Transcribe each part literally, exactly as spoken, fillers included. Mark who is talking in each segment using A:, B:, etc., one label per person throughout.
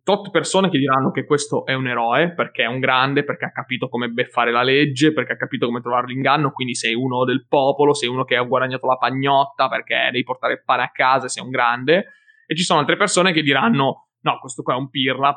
A: tot persone che diranno che questo è un eroe, perché è un grande, perché ha capito come beffare la legge, perché ha capito come trovare l'inganno, quindi sei uno del popolo, sei uno che ha guadagnato la pagnotta, perché devi portare il pane a casa, sei un grande. E ci sono altre persone che diranno, no, questo qua è un pirla.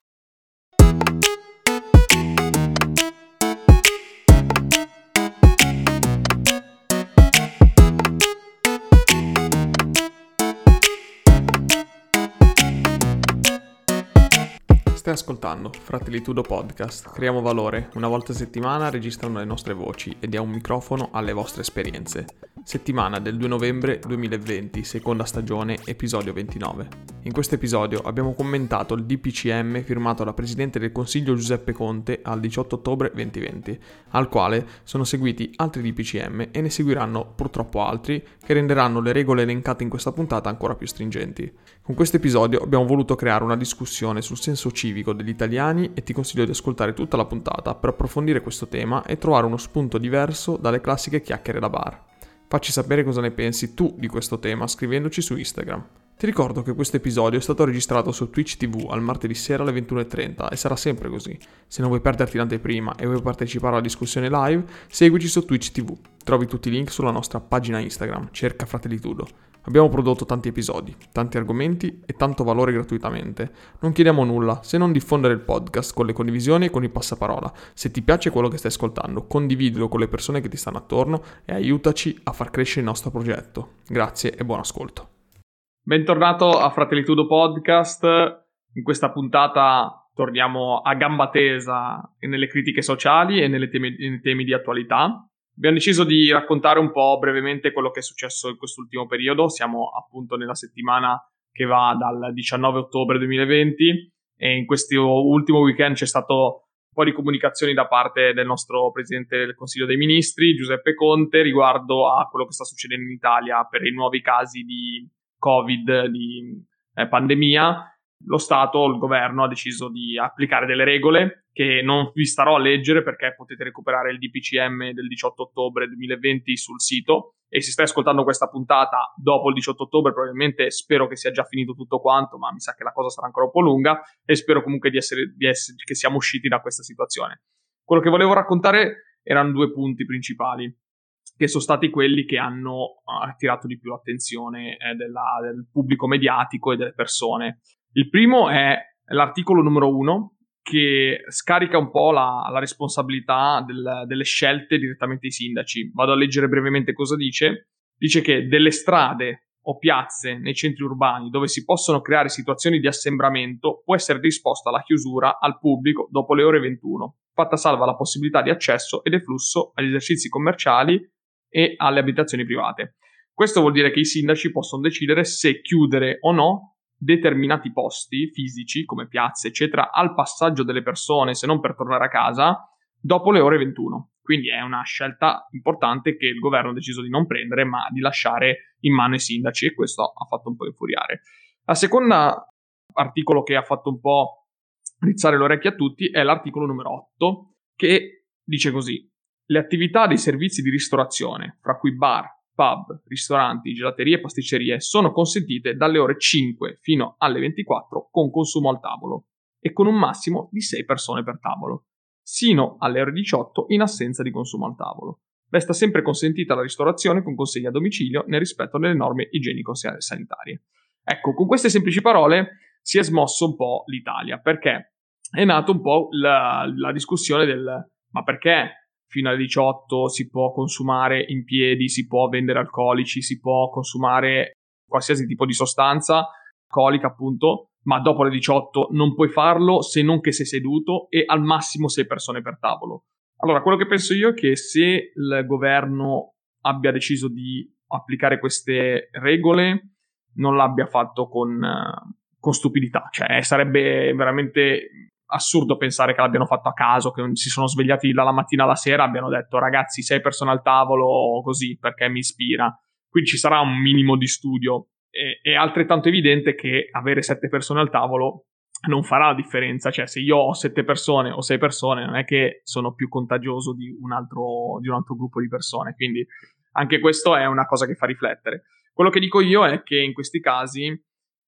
B: Stai ascoltando Fratellitudo Podcast. Creiamo valore. Una volta a settimana registrano le nostre voci e diamo un microfono alle vostre esperienze. Settimana del due novembre duemilaventi, seconda stagione, episodio ventinove. In questo episodio abbiamo commentato il D P C M firmato dal Presidente del Consiglio Giuseppe Conte al diciotto ottobre duemilaventi, al quale sono seguiti altri D P C M e ne seguiranno purtroppo altri che renderanno le regole elencate in questa puntata ancora più stringenti. Con questo episodio abbiamo voluto creare una discussione sul senso civico degli italiani e ti consiglio di ascoltare tutta la puntata per approfondire questo tema e trovare uno spunto diverso dalle classiche chiacchiere da bar. Facci sapere cosa ne pensi tu di questo tema scrivendoci su Instagram. Ti ricordo che questo episodio è stato registrato su Twitch T V al martedì sera alle ventuno e trenta e sarà sempre così. Se non vuoi perderti l'anteprima e vuoi partecipare alla discussione live, seguici su Twitch T V. Trovi tutti i link sulla nostra pagina Instagram, cerca Fratellitudo. Abbiamo prodotto tanti episodi, tanti argomenti e tanto valore gratuitamente. Non chiediamo nulla se non diffondere il podcast con le condivisioni e con il passaparola. Se ti piace quello che stai ascoltando, condividilo con le persone che ti stanno attorno e aiutaci a far crescere il nostro progetto. Grazie e buon ascolto.
A: Bentornato a Fratellitudo Podcast. In questa puntata torniamo a gamba tesa nelle critiche sociali e nelle temi, nei temi di attualità. Abbiamo deciso di raccontare un po' brevemente quello che è successo in quest'ultimo periodo. Siamo appunto nella settimana che va dal diciannove ottobre duemilaventi e in questo ultimo weekend c'è stato un po' di comunicazioni da parte del nostro Presidente del Consiglio dei Ministri, Giuseppe Conte, riguardo a quello che sta succedendo in Italia per i nuovi casi di Covid, di eh, pandemia. Lo Stato, il governo, ha deciso di applicare delle regole che non vi starò a leggere perché potete recuperare il D P C M del diciotto ottobre duemilaventi sul sito, e se stai ascoltando questa puntata dopo il diciotto ottobre probabilmente spero che sia già finito tutto quanto, ma mi sa che la cosa sarà ancora un po' lunga e spero comunque di essere, di essere che siamo usciti da questa situazione. Quello che volevo raccontare erano due punti principali, che sono stati quelli che hanno attirato di più l'attenzione eh, della, del pubblico mediatico e delle persone. Il primo è l'articolo numero uno, che scarica un po' la, la responsabilità del, delle scelte direttamente ai sindaci. Vado a leggere brevemente cosa dice. Dice che delle strade o piazze nei centri urbani dove si possono creare situazioni di assembramento può essere disposta la chiusura al pubblico dopo le ore ventuno, fatta salva la possibilità di accesso e deflusso agli esercizi commerciali e alle abitazioni private. Questo vuol dire che i sindaci possono decidere se chiudere o no determinati posti fisici come piazze eccetera al passaggio delle persone, se non per tornare a casa, dopo le ore ventuno. Quindi è una scelta importante che il governo ha deciso di non prendere ma di lasciare in mano ai sindaci, e questo ha fatto un po' infuriare. La seconda articolo che ha fatto un po' rizzare le orecchie a tutti è l'articolo numero otto, che dice così: le attività dei servizi di ristorazione, fra cui bar, pub, ristoranti, gelaterie e pasticcerie, sono consentite dalle ore cinque fino alle ventiquattro con consumo al tavolo e con un massimo di sei persone per tavolo, sino alle ore diciotto in assenza di consumo al tavolo. Resta sempre consentita la ristorazione con consegna a domicilio nel rispetto delle norme igienico-sanitarie. Ecco, con queste semplici parole si è smosso un po' l'Italia, perché è nato un po' la, la discussione del ma perché fino alle diciotto si può consumare in piedi, si può vendere alcolici, si può consumare qualsiasi tipo di sostanza alcolica appunto, ma dopo le diciotto non puoi farlo se non che sei seduto e al massimo sei persone per tavolo. Allora, quello che penso io è che se il governo abbia deciso di applicare queste regole non l'abbia fatto con, con stupidità, cioè sarebbe veramente assurdo pensare che l'abbiano fatto a caso, che si sono svegliati dalla mattina alla sera e abbiano detto ragazzi sei persone al tavolo così perché mi ispira. Quindi ci sarà un minimo di studio. E, è altrettanto evidente che avere sette persone al tavolo non farà la differenza, cioè se io ho sette persone o sei persone non è che sono più contagioso di un altro, di un altro gruppo di persone, quindi anche questo è una cosa che fa riflettere. Quello che dico io è che in questi casi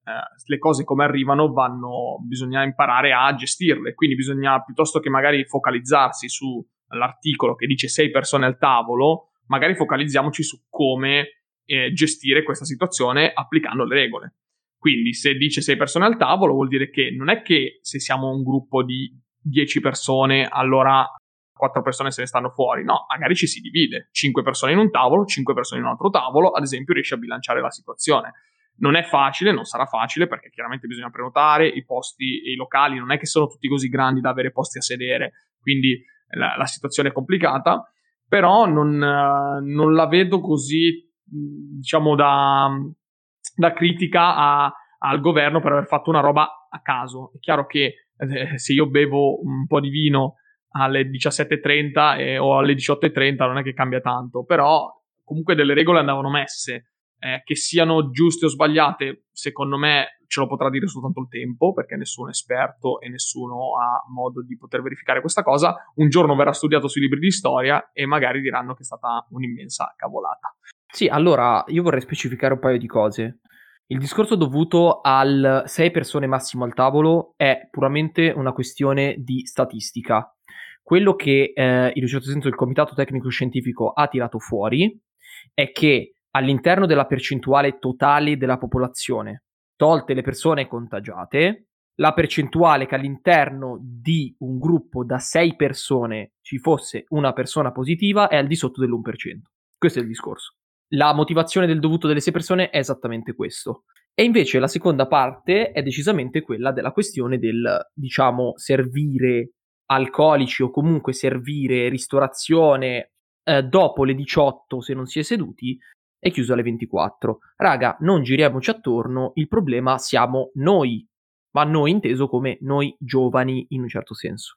A: le cose come arrivano vanno, bisogna imparare a gestirle, quindi bisogna, piuttosto che magari focalizzarsi sull'articolo che dice sei persone al tavolo, magari focalizziamoci su come eh, gestire questa situazione applicando le regole. Quindi se dice sei persone al tavolo vuol dire che non è che se siamo un gruppo di dieci persone allora quattro persone se ne stanno fuori, no, magari ci si divide, cinque persone in un tavolo, cinque persone in un altro tavolo, ad esempio riesce a bilanciare la situazione. Non è facile, non sarà facile, perché chiaramente bisogna prenotare, i posti e i locali non è che sono tutti così grandi da avere posti a sedere, quindi la, la situazione è complicata, però non, non la vedo così, diciamo, da, da critica a, al governo per aver fatto una roba a caso. È chiaro che eh, se io bevo un po' di vino alle diciassette e trenta eh, o alle diciotto e trenta non è che cambia tanto, però comunque delle regole andavano messe, eh, che siano giuste o sbagliate secondo me ce lo potrà dire soltanto il tempo, perché nessuno è esperto e nessuno ha modo di poter verificare questa cosa. Un giorno verrà studiato sui libri di storia e magari diranno che è stata un'immensa cavolata.
C: Sì, allora io vorrei specificare un paio di cose. Il discorso dovuto al sei persone massimo al tavolo è puramente una questione di statistica. Quello che eh, in un certo senso il comitato tecnico scientifico ha tirato fuori è che all'interno della percentuale totale della popolazione, tolte le persone contagiate, la percentuale che all'interno di un gruppo da sei persone ci fosse una persona positiva è al di sotto dell'uno per cento. Questo è il discorso. La motivazione del dovuto delle sei persone è esattamente questo. E invece la seconda parte è decisamente quella della questione del, diciamo, servire alcolici o comunque servire ristorazione eh, dopo le diciotto se non si è seduti è chiuso alle ventiquattro. Raga, non giriamoci attorno, il problema siamo noi, ma noi inteso come noi giovani in un certo senso.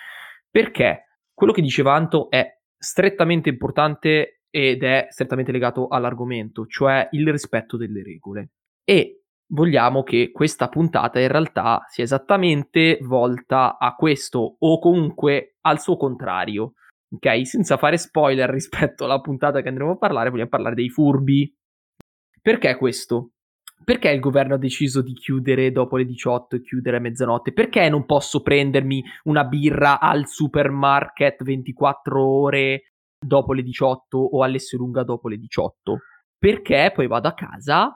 C: Perché quello che diceva Anto è strettamente importante ed è strettamente legato all'argomento, cioè il rispetto delle regole. E vogliamo che questa puntata in realtà sia esattamente volta a questo, o comunque al suo contrario. Ok? Senza fare spoiler rispetto alla puntata che andremo a parlare, vogliamo parlare dei furbi. Perché questo? Perché il governo ha deciso di chiudere dopo le diciotto e chiudere a mezzanotte? Perché non posso prendermi una birra al supermarket ventiquattro ore dopo le diciotto o all'Esselunga dopo le diciotto? Perché poi vado a casa?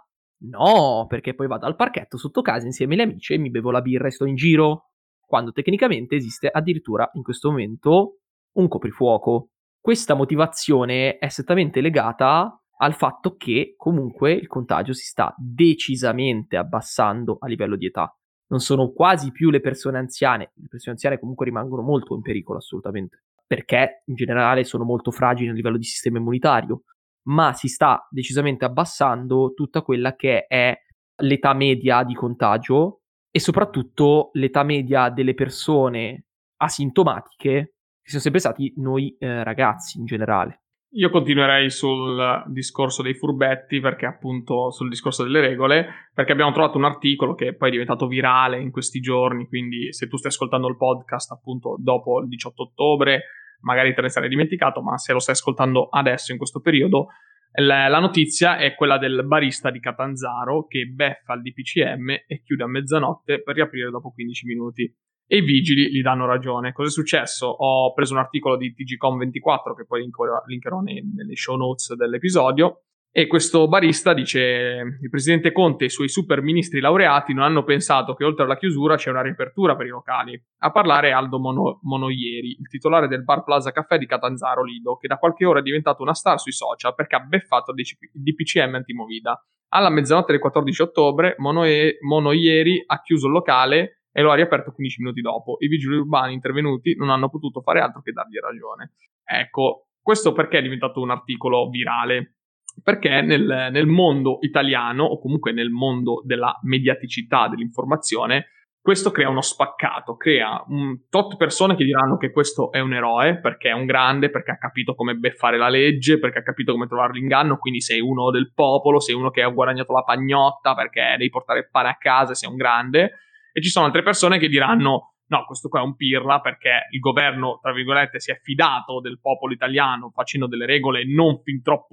C: No, perché poi vado al parchetto sotto casa insieme agli amici e mi bevo la birra e sto in giro. Quando tecnicamente esiste addirittura in questo momento un coprifuoco. Questa motivazione è strettamente legata al fatto che comunque il contagio si sta decisamente abbassando a livello di età. Non sono quasi più le persone anziane, le persone anziane comunque rimangono molto in pericolo assolutamente, perché in generale sono molto fragili a livello di sistema immunitario, ma si sta decisamente abbassando tutta quella che è l'età media di contagio e soprattutto l'età media delle persone asintomatiche, che sono sempre stati noi eh, ragazzi in generale.
A: Io continuerei sul discorso dei furbetti, perché appunto sul discorso delle regole, perché abbiamo trovato un articolo che poi è diventato virale in questi giorni, quindi se tu stai ascoltando il podcast appunto dopo il diciotto ottobre, magari te ne sarai dimenticato, ma se lo stai ascoltando adesso in questo periodo, la, la notizia è quella del barista di Catanzaro che beffa il D P C M e chiude a mezzanotte per riaprire dopo quindici minuti. E i vigili gli danno ragione. Cosa è successo? Ho preso un articolo di T G Com ventiquattro che poi linkerò, linkerò nei, nelle show notes dell'episodio, e questo barista dice: il presidente Conte e i suoi super ministri laureati non hanno pensato che oltre alla chiusura c'è una riapertura per i locali. A parlare è Aldo Mono, Monoieri, il titolare del bar Plaza Caffè di Catanzaro Lido, che da qualche ora è diventato una star sui social perché ha beffato il D P C M antimovida. Alla mezzanotte del quattordici ottobre Monoe, Monoieri ha chiuso il locale e lo ha riaperto quindici minuti dopo. I vigili urbani intervenuti non hanno potuto fare altro che dargli ragione. Ecco, questo perché è diventato un articolo virale? Perché nel, nel mondo italiano, o comunque nel mondo della mediaticità dell'informazione, questo crea uno spaccato, crea un tot persone che diranno che questo è un eroe, perché è un grande, perché ha capito come beffare la legge, perché ha capito come trovare l'inganno, quindi sei uno del popolo, sei uno che ha guadagnato la pagnotta, perché devi portare il pane a casa e sei un grande. E ci sono altre persone che diranno: no, questo qua è un pirla perché il governo, tra virgolette, si è fidato del popolo italiano facendo delle regole non fin troppo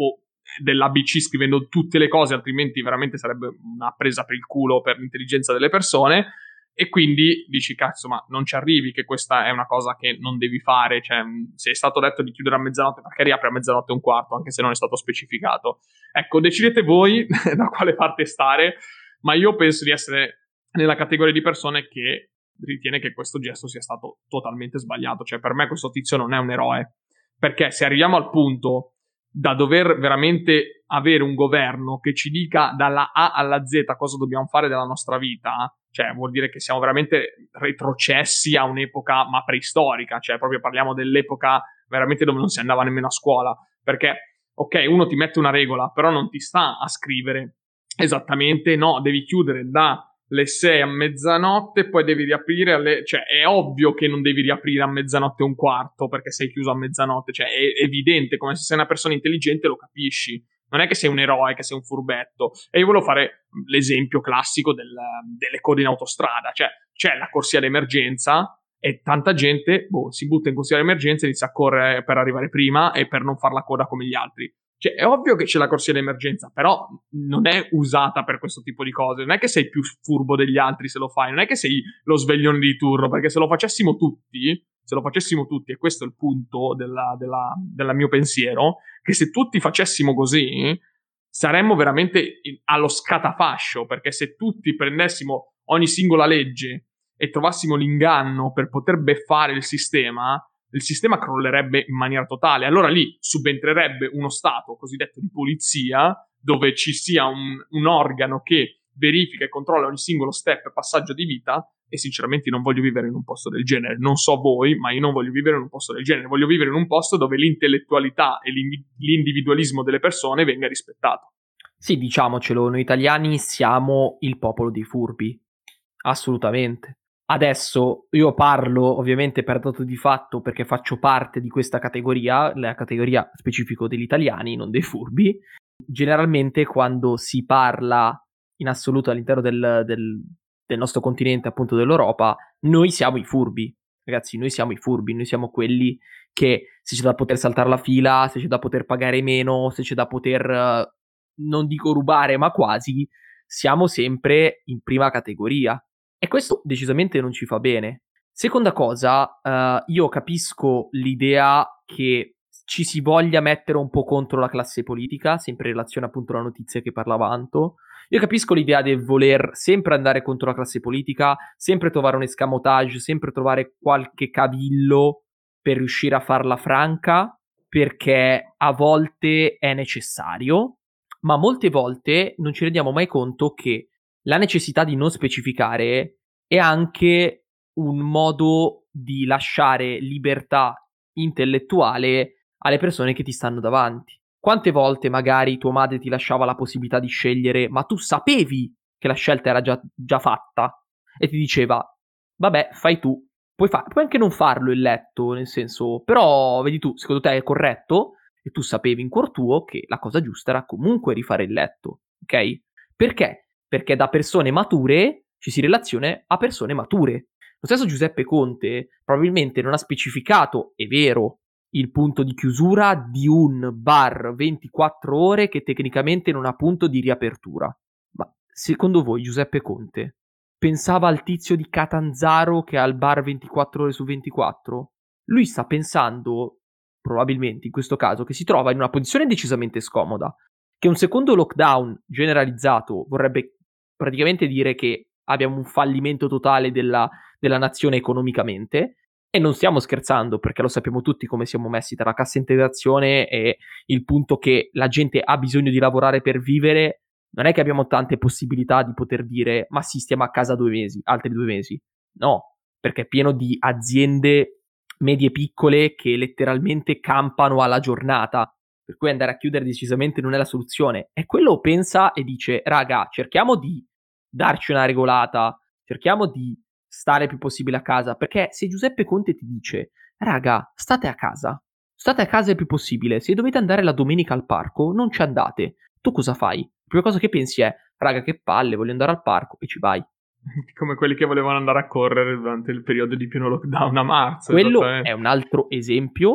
A: dell'A B C scrivendo tutte le cose, altrimenti veramente sarebbe una presa per il culo per l'intelligenza delle persone. E quindi dici, cazzo, ma non ci arrivi che questa è una cosa che non devi fare, cioè se è stato detto di chiudere a mezzanotte, perché riapre a mezzanotte e un quarto, anche se non è stato specificato. Ecco, decidete voi da quale parte stare, ma io penso di essere nella categoria di persone che ritiene che questo gesto sia stato totalmente sbagliato. Cioè, per me questo tizio non è un eroe, perché se arriviamo al punto da dover veramente avere un governo che ci dica dalla A alla Z cosa dobbiamo fare della nostra vita, cioè vuol dire che siamo veramente retrocessi a un'epoca ma preistorica, cioè proprio parliamo dell'epoca veramente dove non si andava nemmeno a scuola, perché ok, uno ti mette una regola, però non ti sta a scrivere esattamente, no, devi chiudere da le sei a mezzanotte, poi devi riaprire alle... cioè è ovvio che non devi riaprire a mezzanotte e un quarto perché sei chiuso a mezzanotte, cioè è evidente, come se sei una persona intelligente lo capisci, non è che sei un eroe, che sei un furbetto. E io volevo fare l'esempio classico del, delle code in autostrada, cioè c'è la corsia d'emergenza e tanta gente boh, si butta in corsia d'emergenza e inizia a correre per arrivare prima e per non far la coda come gli altri. Cioè, è ovvio che c'è la corsia d'emergenza, però non è usata per questo tipo di cose. Non è che sei più furbo degli altri se lo fai, non è che sei lo sveglione di turno, perché se lo facessimo tutti, se lo facessimo tutti, e questo è il punto della, della, della mio pensiero, che se tutti facessimo così, saremmo veramente allo scatafascio, perché se tutti prendessimo ogni singola legge e trovassimo l'inganno per poter beffare il sistema, il sistema crollerebbe in maniera totale. Allora lì subentrerebbe uno stato cosiddetto di polizia, dove ci sia un, un organo che verifica e controlla ogni singolo step e passaggio di vita, e sinceramente non voglio vivere in un posto del genere. Non so voi, ma io non voglio vivere in un posto del genere. Voglio vivere in un posto dove l'intellettualità e l'individualismo delle persone venga rispettato.
C: Sì, diciamocelo, noi italiani siamo il popolo dei furbi. Assolutamente. Adesso io parlo ovviamente per dato di fatto perché faccio parte di questa categoria, la categoria specifico degli italiani, non dei furbi. Generalmente quando si parla in assoluto all'interno del, del, del nostro continente, appunto dell'Europa, noi siamo i furbi. Ragazzi, noi siamo i furbi, noi siamo quelli che se c'è da poter saltare la fila, se c'è da poter pagare meno, se c'è da poter, non dico rubare, ma quasi, siamo sempre in prima categoria. E questo decisamente non ci fa bene. Seconda cosa, uh, io capisco l'idea che ci si voglia mettere un po' contro la classe politica, sempre in relazione appunto alla notizia che parlava Anto. Io capisco l'idea del voler sempre andare contro la classe politica, sempre trovare un escamotage, sempre trovare qualche cavillo per riuscire a farla franca, perché a volte è necessario, ma molte volte non ci rendiamo mai conto che la necessità di non specificare è anche un modo di lasciare libertà intellettuale alle persone che ti stanno davanti. Quante volte magari tua madre ti lasciava la possibilità di scegliere, ma tu sapevi che la scelta era già, già fatta e ti diceva, vabbè, fai tu, puoi, fa- puoi anche non farlo il letto, nel senso, però vedi tu, secondo te è corretto? E tu sapevi in cuor tuo che la cosa giusta era comunque rifare il letto, ok? Perché? Perché da persone mature ci si relaziona a persone mature. Lo stesso Giuseppe Conte probabilmente non ha specificato, è vero, il punto di chiusura di un bar ventiquattro ore che tecnicamente non ha punto di riapertura. Ma secondo voi Giuseppe Conte pensava al tizio di Catanzaro che ha il bar ventiquattro ore su ventiquattro? Lui sta pensando, probabilmente in questo caso, che si trova in una posizione decisamente scomoda, che un secondo lockdown generalizzato vorrebbe praticamente dire che abbiamo un fallimento totale della, della nazione economicamente, e non stiamo scherzando perché lo sappiamo tutti come siamo messi tra la cassa integrazione e il punto che la gente ha bisogno di lavorare per vivere. Non è che abbiamo tante possibilità di poter dire ma sì, stiamo a casa due mesi, altri due mesi. No, perché è pieno di aziende medie piccole che letteralmente campano alla giornata, per cui andare a chiudere decisamente non è la soluzione. E quello pensa e dice, raga, cerchiamo di darci una regolata, cerchiamo di stare il più possibile a casa, perché se Giuseppe Conte ti dice, raga, state a casa, state a casa il più possibile, se dovete andare la domenica al parco, non ci andate, tu cosa fai? La prima cosa che pensi è, raga, che palle, voglio andare al parco, e ci vai.
A: Come quelli che volevano andare a correre durante il periodo di pieno lockdown a marzo.
C: Quello è un altro esempio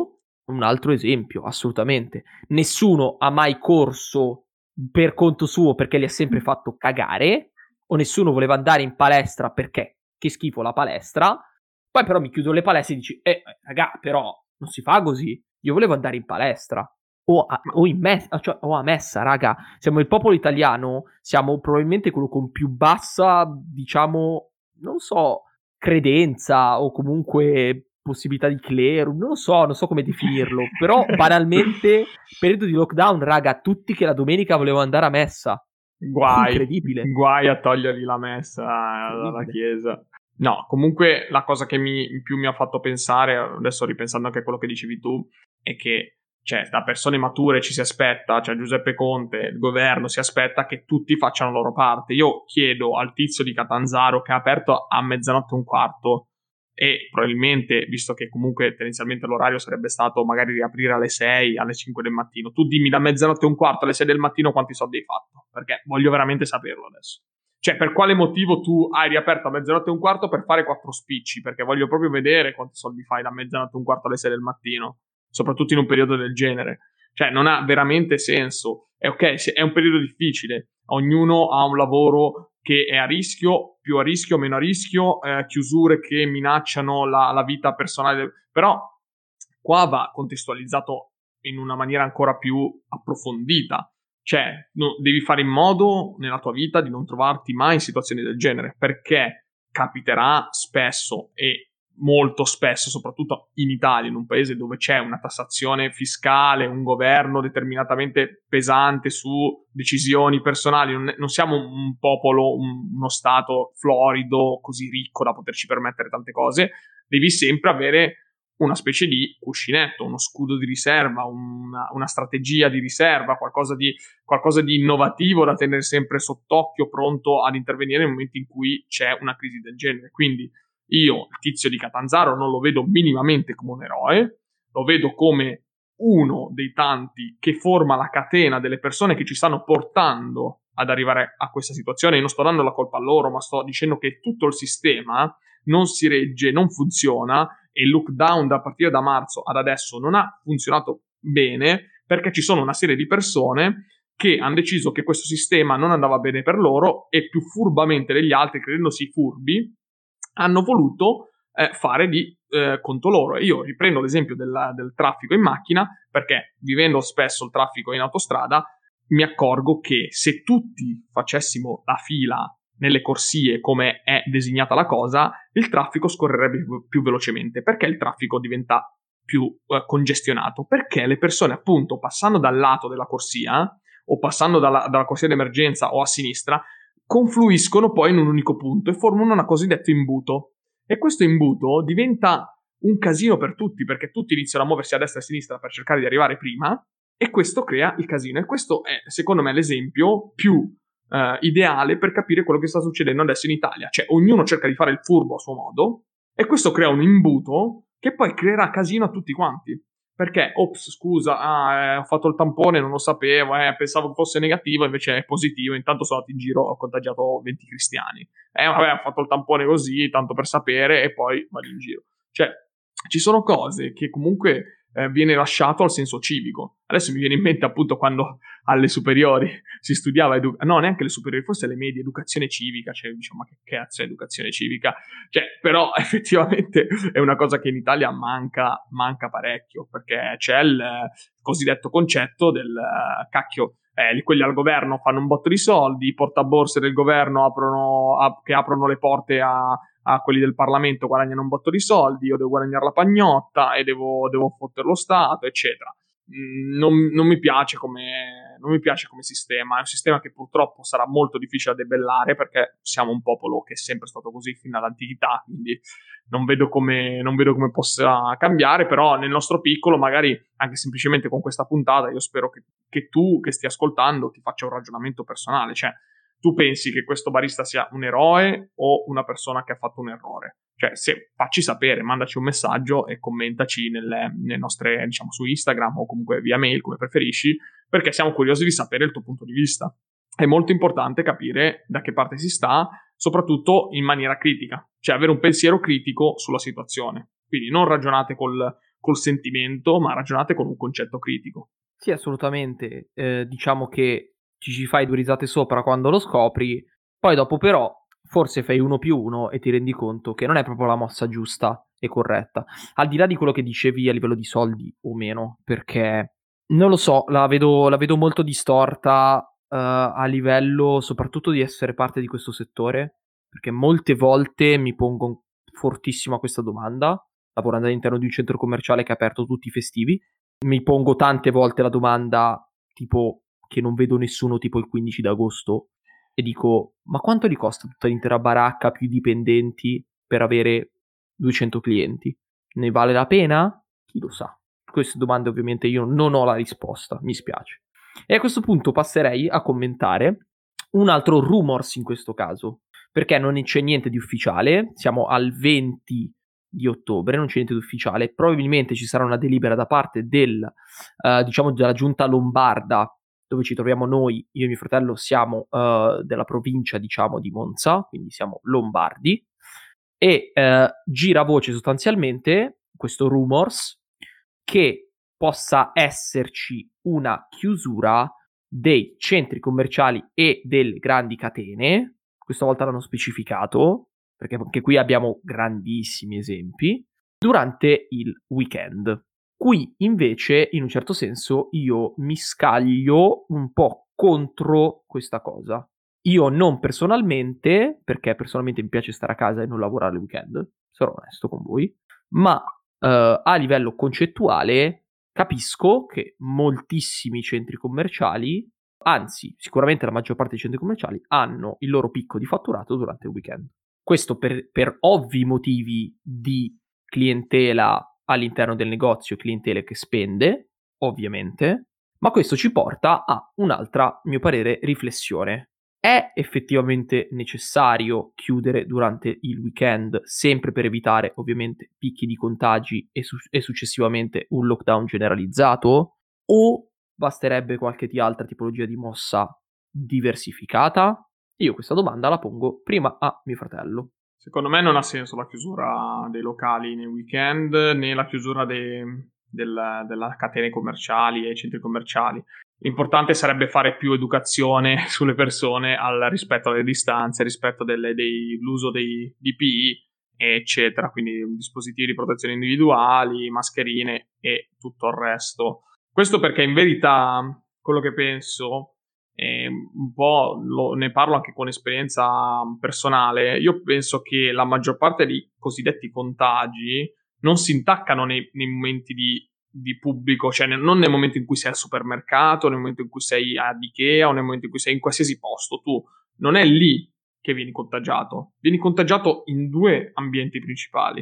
C: un altro esempio, assolutamente. Nessuno ha mai corso per conto suo perché gli ha sempre fatto cagare, o nessuno voleva andare in palestra perché che schifo la palestra. Poi però mi chiudo le palestre e dici, eh, raga, però non si fa così. Io volevo andare in palestra. O a, o in messa, cioè, o a messa, raga. Siamo il popolo italiano, siamo probabilmente quello con più bassa, diciamo, non so, credenza o comunque possibilità di clero, non lo so, non so come definirlo, però banalmente, periodo di lockdown, raga, tutti che la domenica volevano andare a messa.
A: Guai,
C: Incredibile.
A: guai a togliergli la messa dalla chiesa. No, comunque la cosa che mi, in più mi ha fatto pensare, adesso ripensando anche a quello che dicevi tu, è che cioè, da persone mature ci si aspetta, cioè Giuseppe Conte, il governo si aspetta che tutti facciano la loro parte. Io chiedo al tizio di Catanzaro che ha aperto a mezzanotte e un quarto e probabilmente, visto che comunque tendenzialmente l'orario sarebbe stato magari riaprire alle sei, alle cinque del mattino, tu dimmi da mezzanotte e un quarto alle sei del mattino quanti soldi hai fatto, perché voglio veramente saperlo adesso. Cioè, per quale motivo tu hai riaperto a mezzanotte e un quarto per fare quattro spicci? Perché voglio proprio vedere quanti soldi fai da mezzanotte e un quarto alle sei del mattino, soprattutto in un periodo del genere. Cioè, non ha veramente senso. È ok, è un periodo difficile, ognuno ha un lavoro che è a rischio, più a rischio, meno a rischio, eh, chiusure che minacciano la, la vita personale, però qua va contestualizzato in una maniera ancora più approfondita. Cioè, no, devi fare in modo nella tua vita di non trovarti mai in situazioni del genere, perché capiterà spesso e molto spesso, soprattutto in Italia, in un paese dove c'è una tassazione fiscale, un governo determinatamente pesante su decisioni personali, non, non siamo un popolo, un, uno stato florido, così ricco da poterci permettere tante cose, devi sempre avere una specie di cuscinetto, uno scudo di riserva, una, una strategia di riserva, qualcosa di, qualcosa di innovativo da tenere sempre sott'occhio, pronto ad intervenire nel momento in cui c'è una crisi del genere. Quindi io, il tizio di Catanzaro, non lo vedo minimamente come un eroe, lo vedo come uno dei tanti che forma la catena delle persone che ci stanno portando ad arrivare a questa situazione. Io non sto dando la colpa a loro, ma sto dicendo che tutto il sistema non si regge, non funziona, e il lockdown da partire da marzo ad adesso non ha funzionato bene perché ci sono una serie di persone che hanno deciso che questo sistema non andava bene per loro e più furbamente degli altri, credendosi furbi, hanno voluto eh, fare di eh, conto loro. E io riprendo l'esempio del, del traffico in macchina, perché vivendo spesso il traffico in autostrada mi accorgo che se tutti facessimo la fila nelle corsie come è designata la cosa, il traffico scorrerebbe più, più velocemente, perché il traffico diventa più eh, congestionato, perché le persone appunto passando dal lato della corsia o passando dalla, dalla corsia d'emergenza o a sinistra confluiscono poi in un unico punto e formano una cosiddetto imbuto, e questo imbuto diventa un casino per tutti, perché tutti iniziano a muoversi a destra e a sinistra per cercare di arrivare prima, e questo crea il casino. E questo è, secondo me, l'esempio più Uh, ideale per capire quello che sta succedendo adesso in Italia. Cioè, ognuno cerca di fare il furbo a suo modo e questo crea un imbuto che poi creerà casino a tutti quanti. Perché, ops, scusa, ah, eh, ho fatto il tampone, non lo sapevo, eh, pensavo che fosse negativo, invece è positivo, intanto sono andato in giro, ho contagiato venti cristiani. Eh, vabbè, ho fatto il tampone così, tanto per sapere, e poi vado in giro. Cioè, ci sono cose che comunque eh, viene lasciato al senso civico. Adesso mi viene in mente appunto quando alle superiori si studiava, edu- no, neanche le superiori, forse le medie, educazione civica, cioè diciamo, ma che cazzo è educazione civica? Cioè, però effettivamente è una cosa che in Italia manca, manca parecchio, perché c'è il eh, cosiddetto concetto del eh, cacchio, eh, quelli al governo fanno un botto di soldi, i portaborse del governo aprono, ap- che aprono le porte a, a quelli del Parlamento guadagnano un botto di soldi, io devo guadagnare la pagnotta e devo, devo fottere lo Stato, eccetera. Non, non mi piace come non mi piace come sistema, è un sistema che purtroppo sarà molto difficile da debellare perché siamo un popolo che è sempre stato così fin dall'antichità, quindi non vedo come, non vedo come possa cambiare, però nel nostro piccolo, magari anche semplicemente con questa puntata, io spero che, che tu che stia ascoltando ti faccia un ragionamento personale, cioè tu pensi che questo barista sia un eroe o una persona che ha fatto un errore? Cioè, se facci sapere, mandaci un messaggio e commentaci nelle, nelle nostre, diciamo, su Instagram o comunque via mail, come preferisci, perché siamo curiosi di sapere il tuo punto di vista. È molto importante capire da che parte si sta, soprattutto in maniera critica, cioè avere un pensiero critico sulla situazione. Quindi non ragionate col, col sentimento, ma ragionate con un concetto critico.
C: Sì, assolutamente. Eh, diciamo che ci ci fai due risate sopra quando lo scopri, poi dopo però forse fai uno più uno e ti rendi conto che non è proprio la mossa giusta e corretta. Al di là di quello che dicevi a livello di soldi o meno, perché non lo so, la vedo, la vedo molto distorta eh, a livello soprattutto di essere parte di questo settore, perché molte volte mi pongo fortissimo a questa domanda, lavorando all'interno di un centro commerciale che è aperto tutti i festivi. Mi pongo tante volte la domanda, tipo, che non vedo nessuno tipo il quindici d'agosto, e dico, ma quanto gli costa tutta l'intera baracca più i dipendenti per avere duecento clienti? Ne vale la pena? Chi lo sa. Queste domande ovviamente io non ho la risposta, mi spiace. E a questo punto passerei a commentare un altro rumors in questo caso, perché non c'è niente di ufficiale, siamo al venti di ottobre, non c'è niente di ufficiale, probabilmente ci sarà una delibera da parte del, eh, diciamo della giunta lombarda, dove ci troviamo noi, io e mio fratello siamo eh, della provincia, diciamo, di Monza, quindi siamo lombardi, e eh, gira voce sostanzialmente, questo rumors, che possa esserci una chiusura dei centri commerciali e delle grandi catene, questa volta l'hanno specificato, perché anche qui abbiamo grandissimi esempi, durante il weekend. Qui invece, in un certo senso, io mi scaglio un po' contro questa cosa. Io non personalmente, perché personalmente mi piace stare a casa e non lavorare il weekend, sarò onesto con voi, ma eh, a livello concettuale capisco che moltissimi centri commerciali, anzi sicuramente la maggior parte dei centri commerciali, hanno il loro picco di fatturato durante il weekend. Questo per, per ovvi motivi di clientela all'interno del negozio, clientela che spende, ovviamente, ma questo ci porta a un'altra, a mio parere, riflessione. È effettivamente necessario chiudere durante il weekend, sempre per evitare ovviamente picchi di contagi e, su- e successivamente un lockdown generalizzato? O basterebbe qualche di altra tipologia di mossa diversificata? Io questa domanda la pongo prima a mio fratello.
A: Secondo me non ha senso la chiusura dei locali nei weekend, né la chiusura dei, del, della catene commerciali e centri commerciali. L'importante sarebbe fare più educazione sulle persone al rispetto alle distanze, rispetto delle, dell'uso dei D P I, eccetera. Quindi dispositivi di protezione individuali, mascherine e tutto il resto. Questo perché in verità quello che penso, e un po' lo, ne parlo anche con esperienza personale, io penso che la maggior parte dei cosiddetti contagi non si intaccano nei, nei momenti di, di pubblico, cioè nel, non nel momento in cui sei al supermercato, nel momento in cui sei ad Ikea o nel momento in cui sei in qualsiasi posto. Tu non è lì che vieni contagiato, vieni contagiato in due ambienti principali.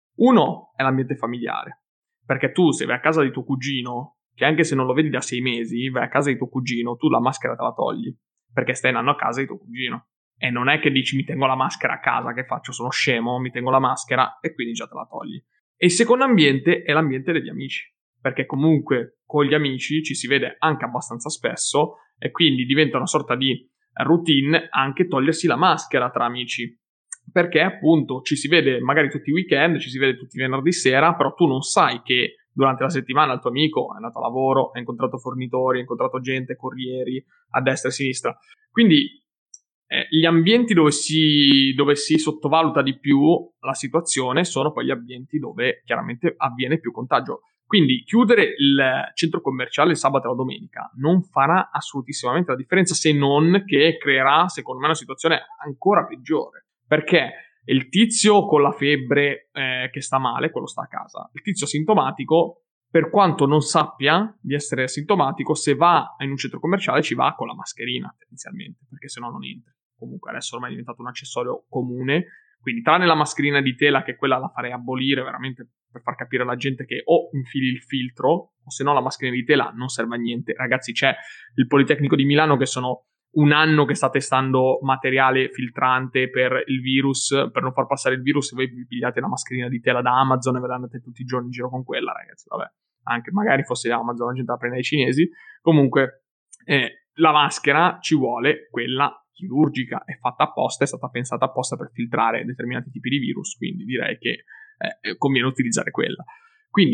A: Uno è l'ambiente familiare, perché tu se vai a casa di tuo cugino, che anche se non lo vedi da sei mesi, vai a casa di tuo cugino, tu la maschera te la togli, perché stai andando a casa di tuo cugino. E non è che dici mi tengo la maschera a casa, che faccio? Sono scemo, mi tengo la maschera e quindi già te la togli. E il secondo ambiente è l'ambiente degli amici, perché comunque con gli amici ci si vede anche abbastanza spesso e quindi diventa una sorta di routine anche togliersi la maschera tra amici. Perché appunto ci si vede magari tutti i weekend, ci si vede tutti i venerdì sera, però tu non sai che durante la settimana il tuo amico è andato a lavoro, ha incontrato fornitori, ha incontrato gente, corrieri, a destra e a sinistra. Quindi eh, gli ambienti dove si, dove si sottovaluta di più la situazione sono poi gli ambienti dove chiaramente avviene più contagio. Quindi chiudere il centro commerciale il sabato e la domenica non farà assolutissimamente la differenza, se non che creerà, secondo me, una situazione ancora peggiore. Perché il tizio con la febbre eh, che sta male, quello sta a casa. Il tizio asintomatico, per quanto non sappia di essere asintomatico, se va in un centro commerciale ci va con la mascherina, tendenzialmente, perché sennò non entra. Comunque adesso ormai è diventato un accessorio comune, quindi tranne la mascherina di tela, che quella la farei abolire veramente per far capire alla gente che o infili il filtro, o se no la mascherina di tela non serve a niente. Ragazzi, c'è il Politecnico di Milano che sono un anno che sta testando materiale filtrante per il virus, per non far passare il virus. Se voi vi pigliate una mascherina di tela da Amazon e ve la andate tutti i giorni in giro con quella, ragazzi, vabbè, anche magari fosse Amazon, la gente la prende dai cinesi. Comunque eh, la maschera ci vuole quella chirurgica, è fatta apposta, è stata pensata apposta per filtrare determinati tipi di virus, quindi direi che eh, conviene utilizzare quella. Quindi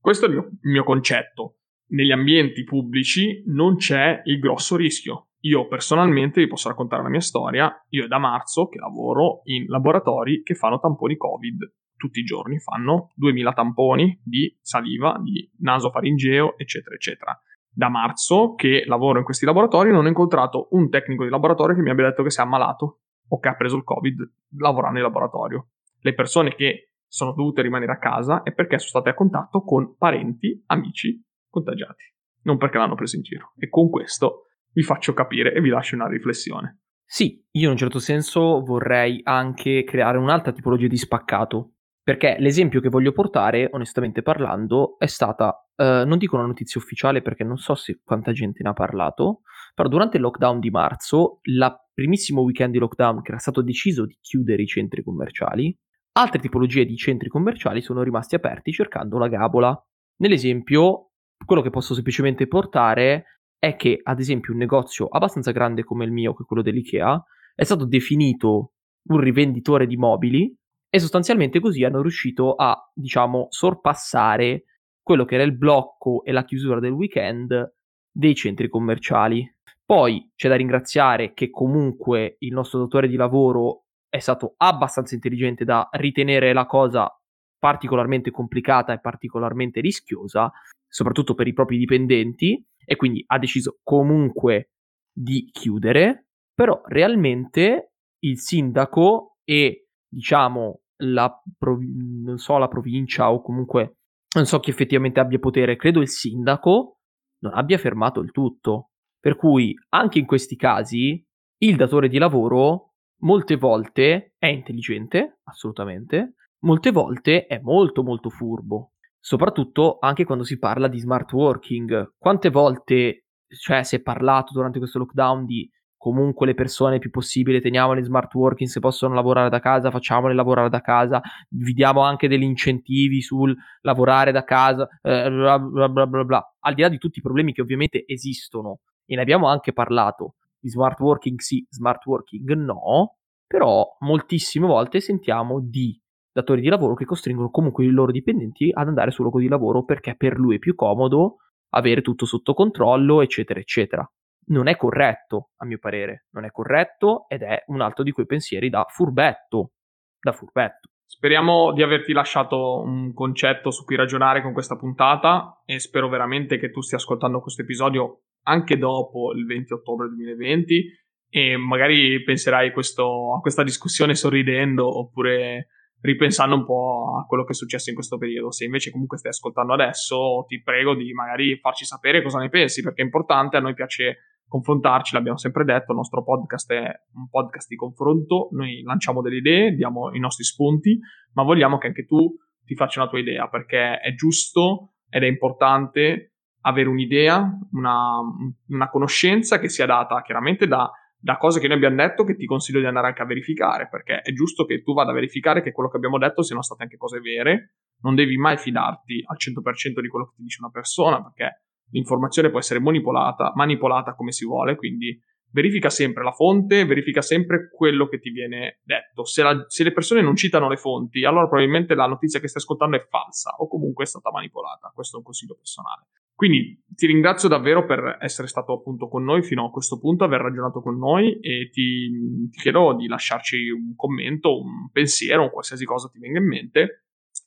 A: Questo è il mio, il mio concetto. Negli ambienti pubblici non c'è il grosso rischio. Io personalmente vi posso raccontare la mia storia. Io è da marzo che lavoro in laboratori che fanno tamponi Covid. Tutti i giorni fanno duemila tamponi di saliva, di nasofaringeo, eccetera, eccetera. Da marzo che lavoro in questi laboratori non ho incontrato un tecnico di laboratorio che mi abbia detto che si è ammalato o che ha preso il Covid lavorando in laboratorio. Le persone che sono dovute rimanere a casa è perché sono state a contatto con parenti, amici contagiati, non perché l'hanno preso in giro. E con questo vi faccio capire e vi lascio una riflessione.
C: Sì, io in un certo senso vorrei anche creare un'altra tipologia di spaccato, perché l'esempio che voglio portare, onestamente parlando, è stata, eh, non dico una notizia ufficiale perché non so se quanta gente ne ha parlato, però durante il lockdown di marzo, la primissimo weekend di lockdown che era stato deciso di chiudere i centri commerciali, altre tipologie di centri commerciali sono rimasti aperti cercando la gabola. Nell'esempio, quello che posso semplicemente portare è che, ad esempio, un negozio abbastanza grande come il mio, che è quello dell'IKEA, è stato definito un rivenditore di mobili e sostanzialmente così hanno riuscito a, diciamo, sorpassare quello che era il blocco e la chiusura del weekend dei centri commerciali. Poi c'è da ringraziare che comunque il nostro datore di lavoro è stato abbastanza intelligente da ritenere la cosa particolarmente complicata e particolarmente rischiosa, soprattutto per i propri dipendenti, e quindi ha deciso comunque di chiudere, però realmente il sindaco e diciamo la, prov- non so, la provincia o comunque non so chi effettivamente abbia potere, credo il sindaco non abbia fermato il tutto. Per cui anche in questi casi il datore di lavoro molte volte è intelligente, assolutamente, molte volte è molto molto furbo. Soprattutto anche quando si parla di smart working. Quante volte, cioè, si è parlato durante questo lockdown di comunque le persone il più possibile teniamole in smart working, se possono lavorare da casa facciamole lavorare da casa, vi diamo anche degli incentivi sul lavorare da casa, eh, bla bla bla bla bla. Al di là di tutti i problemi che ovviamente esistono, e ne abbiamo anche parlato, di smart working sì, smart working no, però moltissime volte sentiamo di datori di lavoro che costringono comunque i loro dipendenti ad andare sul luogo di lavoro perché per lui è più comodo avere tutto sotto controllo, eccetera, eccetera. Non è corretto, a mio parere, non è corretto ed è un altro di quei pensieri da furbetto, da furbetto.
A: Speriamo di averti lasciato un concetto su cui ragionare con questa puntata e spero veramente che tu stia ascoltando questo episodio anche dopo il venti ottobre duemilaventi e magari penserai questo, a questa discussione sorridendo oppure ripensando un po' a quello che è successo in questo periodo. Se invece comunque stai ascoltando adesso, ti prego di magari farci sapere cosa ne pensi, perché è importante, a noi piace confrontarci, l'abbiamo sempre detto, il nostro podcast è un podcast di confronto, noi lanciamo delle idee, diamo i nostri spunti, ma vogliamo che anche tu ti faccia una tua idea, perché è giusto ed è importante avere un'idea, una, una conoscenza che sia data chiaramente da da cose che noi abbiamo detto, che ti consiglio di andare anche a verificare, perché è giusto che tu vada a verificare che quello che abbiamo detto siano state anche cose vere. Non devi mai fidarti al cento per cento di quello che ti dice una persona, perché l'informazione può essere manipolata, manipolata come si vuole, quindi verifica sempre la fonte, verifica sempre quello che ti viene detto. Se, la, se le persone non citano le fonti, allora probabilmente la notizia che stai ascoltando è falsa o comunque è stata manipolata. Questo è un consiglio personale. Quindi ti ringrazio davvero per essere stato appunto con noi fino a questo punto, aver ragionato con noi e ti, ti chiedo di lasciarci un commento, un pensiero, un qualsiasi cosa ti venga in mente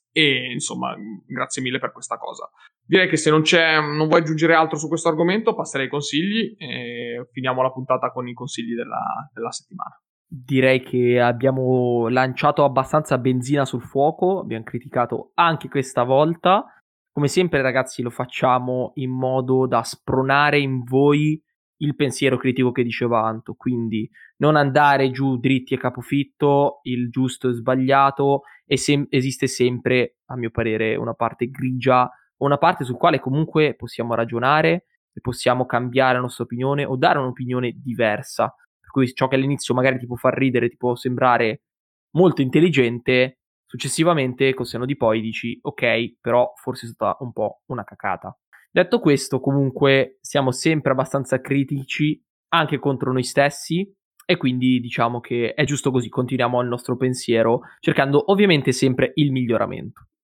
A: e insomma grazie mille per questa cosa. Direi che se non c'è, non vuoi aggiungere altro su questo argomento, passerei ai consigli e finiamo la puntata con i consigli della, della settimana.
C: Direi che abbiamo lanciato abbastanza benzina sul fuoco, abbiamo criticato anche questa volta. Come sempre ragazzi lo facciamo in modo da spronare in voi il pensiero critico che diceva Anto, quindi non andare giù dritti a capofitto, il giusto e sbagliato, e sem- esiste sempre, a mio parere, una parte grigia, una parte sul quale comunque possiamo ragionare e possiamo cambiare la nostra opinione o dare un'opinione diversa, per cui ciò che all'inizio magari ti può far ridere, ti può sembrare molto intelligente, successivamente col senno di poi dici ok, però forse è stata un po' una cacata. Detto questo, comunque siamo sempre abbastanza critici anche contro noi stessi e quindi diciamo che è giusto così, continuiamo il nostro pensiero cercando ovviamente sempre il miglioramento.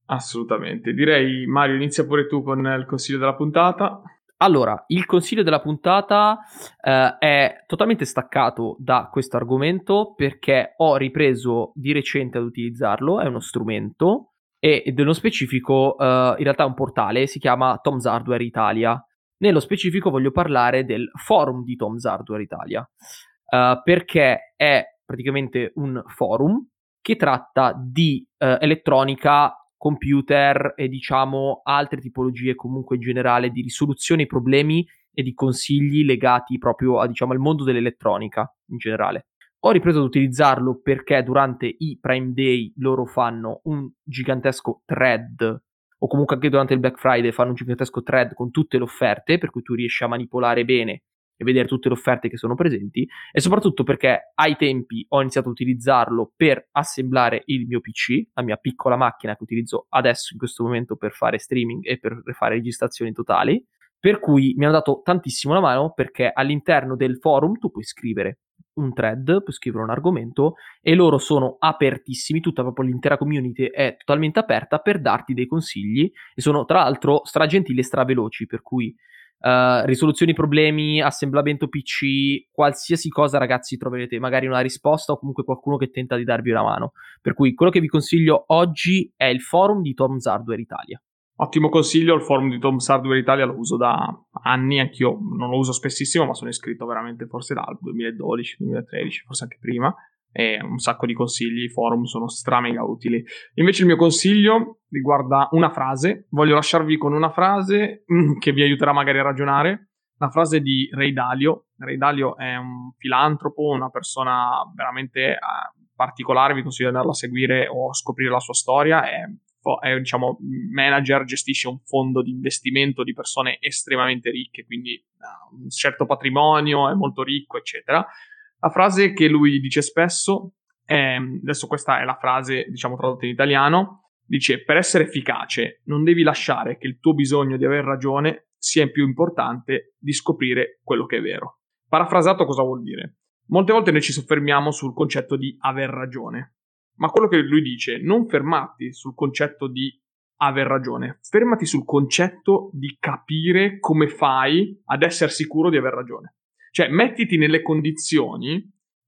A: Assolutamente. Direi, Mario, inizia pure tu con il consiglio della puntata.
C: Allora, il consiglio della puntata eh, è totalmente staccato da questo argomento perché ho ripreso di recente ad utilizzarlo, è uno strumento e nello specifico eh, in realtà è un portale, si chiama Tom's Hardware Italia. Nello specifico voglio parlare del forum di Tom's Hardware Italia, eh, perché è praticamente un forum che tratta di eh, elettronica, computer e diciamo altre tipologie comunque in generale di risoluzione ai problemi e di consigli legati proprio a, diciamo, al mondo dell'elettronica in generale. Ho ripreso ad utilizzarlo perché durante i Prime Day loro fanno un gigantesco thread, o comunque anche durante il Black Friday fanno un gigantesco thread con tutte le offerte, per cui tu riesci a manipolare bene e vedere tutte le offerte che sono presenti, e soprattutto perché ai tempi ho iniziato a utilizzarlo per assemblare il mio P C, la mia piccola macchina che utilizzo adesso in questo momento per fare streaming e per fare registrazioni totali, per cui mi hanno dato tantissimo la mano perché all'interno del forum tu puoi scrivere un thread, puoi scrivere un argomento e loro sono apertissimi, tutta proprio l'intera community è totalmente aperta per darti dei consigli e sono tra l'altro stragentili e straveloci, per cui Uh, risoluzioni problemi, assemblamento P C, qualsiasi cosa ragazzi troverete magari una risposta o comunque qualcuno che tenta di darvi una mano, per cui quello che vi consiglio oggi è il forum di Tom's Hardware Italia.
A: Ottimo consiglio, il forum di Tom's Hardware Italia lo uso da anni, anch'io non lo uso spessissimo ma sono iscritto veramente forse dal duemiladodici duemilatredici, forse anche prima, e un sacco di consigli, i forum sono stra mega utili. Invece il mio consiglio riguarda una frase, voglio lasciarvi con una frase mm, che vi aiuterà magari a ragionare, la frase di Ray Dalio. Ray Dalio è un filantropo, una persona veramente eh, particolare, vi consiglio di andarla a seguire o scoprire la sua storia, è, è diciamo manager, gestisce un fondo di investimento di persone estremamente ricche, quindi uh, un certo patrimonio, è molto ricco, eccetera. La frase che lui dice spesso è, adesso questa è la frase diciamo tradotta in italiano, dice: per essere efficace non devi lasciare che il tuo bisogno di aver ragione sia più importante di scoprire quello che è vero. Parafrasato, cosa vuol dire? Molte volte noi ci soffermiamo sul concetto di aver ragione, ma quello che lui dice, non fermarti sul concetto di aver ragione, fermati sul concetto di capire come fai ad essere sicuro di aver ragione. Cioè, mettiti nelle condizioni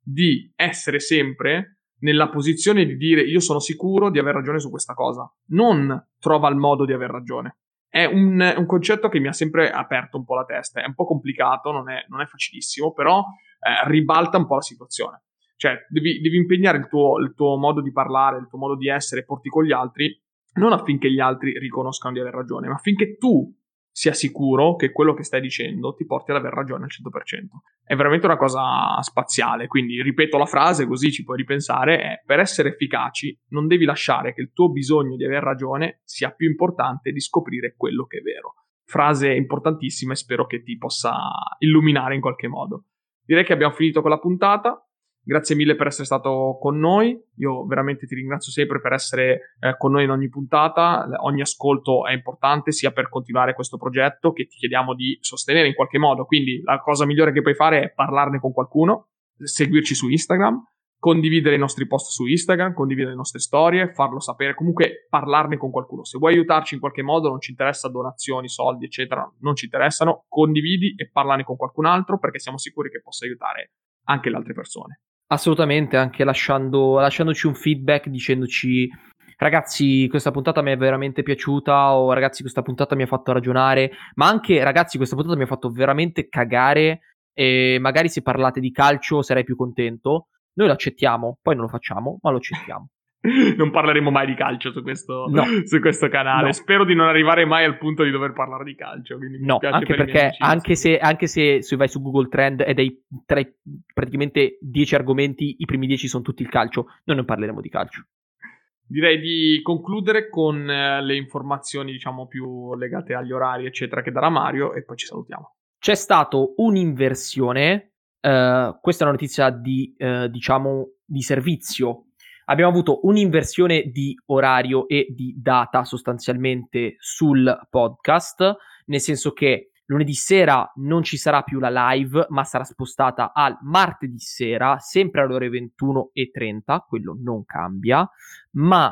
A: di essere sempre nella posizione di dire io sono sicuro di aver ragione su questa cosa. Non trova il modo di aver ragione. È un, un concetto che mi ha sempre aperto un po' la testa. È un po' complicato, non è, non è facilissimo, però eh, ribalta un po' la situazione. Cioè, devi, devi impegnare il tuo, il tuo modo di parlare, il tuo modo di essere, porti con gli altri, non affinché gli altri riconoscano di aver ragione, ma affinché tu sia sicuro che quello che stai dicendo ti porti ad aver ragione al cento per cento. È veramente una cosa spaziale, quindi ripeto la frase così ci puoi ripensare, è: per essere efficaci non devi lasciare che il tuo bisogno di aver ragione sia più importante di scoprire quello che è vero. Frase importantissima e spero che ti possa illuminare in qualche modo. Direi che abbiamo finito con la puntata. Grazie mille per essere stato con noi, io veramente ti ringrazio sempre per essere eh, con noi in ogni puntata, ogni ascolto è importante sia per continuare questo progetto che ti chiediamo di sostenere in qualche modo, quindi la cosa migliore che puoi fare è parlarne con qualcuno, seguirci su Instagram, condividere i nostri post su Instagram, condividere le nostre storie, farlo sapere, comunque parlarne con qualcuno. Se vuoi aiutarci in qualche modo, non ci interessa donazioni, soldi eccetera, non ci interessano, condividi e parlane con qualcun altro perché siamo sicuri che possa aiutare anche le altre persone.
C: Assolutamente, anche lasciando, lasciandoci un feedback, dicendoci: ragazzi, questa puntata mi è veramente piaciuta, o ragazzi, questa puntata mi ha fatto ragionare, ma anche ragazzi, questa puntata mi ha fatto veramente cagare e magari se parlate di calcio sarei più contento. Noi lo accettiamo, poi non lo facciamo, ma lo accettiamo.
A: Non parleremo mai di calcio su questo,
C: no.
A: su questo canale.
C: No.
A: Spero di non arrivare mai al punto di dover parlare di calcio. Quindi mi
C: no,
A: spiace
C: anche
A: per
C: perché anche se, anche se se vai su Google Trend e dei tra i praticamente dieci argomenti, i primi dieci sono tutti il calcio, noi non parleremo di calcio.
A: Direi di concludere con eh, le informazioni, diciamo, più legate agli orari, eccetera, che darà Mario, e poi ci salutiamo.
C: C'è stato un'inversione, uh, questa è una notizia di, uh, diciamo, di servizio. Abbiamo avuto un'inversione di orario e di data sostanzialmente sul podcast, nel senso che lunedì sera non ci sarà più la live, ma sarà spostata al martedì sera, sempre alle ore ventuno e trenta, quello non cambia, ma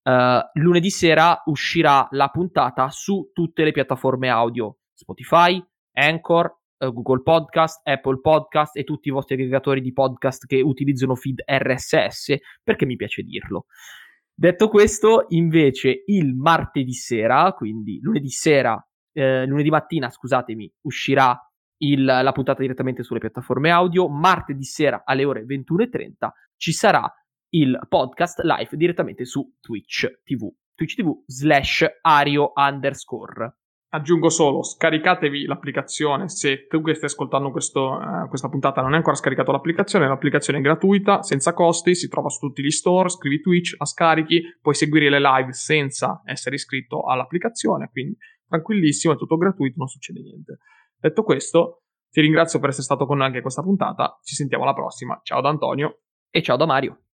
C: Uh, lunedì sera uscirà la puntata su tutte le piattaforme audio, Spotify, Anchor, uh, Google Podcast, Apple Podcast e tutti i vostri aggregatori di podcast che utilizzano feed R S S, perché mi piace dirlo. Detto questo, invece, il martedì sera, quindi lunedì sera, eh, lunedì mattina, scusatemi, uscirà il, la puntata direttamente sulle piattaforme audio. Martedì sera alle ore ventuno e trenta ci sarà il podcast live direttamente su Twitch T V, Twitch T V slash Ario underscore.
A: Aggiungo solo, scaricatevi l'applicazione. Se tu che stai ascoltando questo, eh, questa puntata non hai ancora scaricato l'applicazione, l'applicazione è gratuita, senza costi, si trova su tutti gli store, scrivi Twitch, la scarichi, puoi seguire le live senza essere iscritto all'applicazione, quindi tranquillissimo, è tutto gratuito, non succede niente. Detto questo, ti ringrazio per essere stato con noi anche questa puntata, ci sentiamo alla prossima, ciao da Antonio.
C: E ciao da Mario.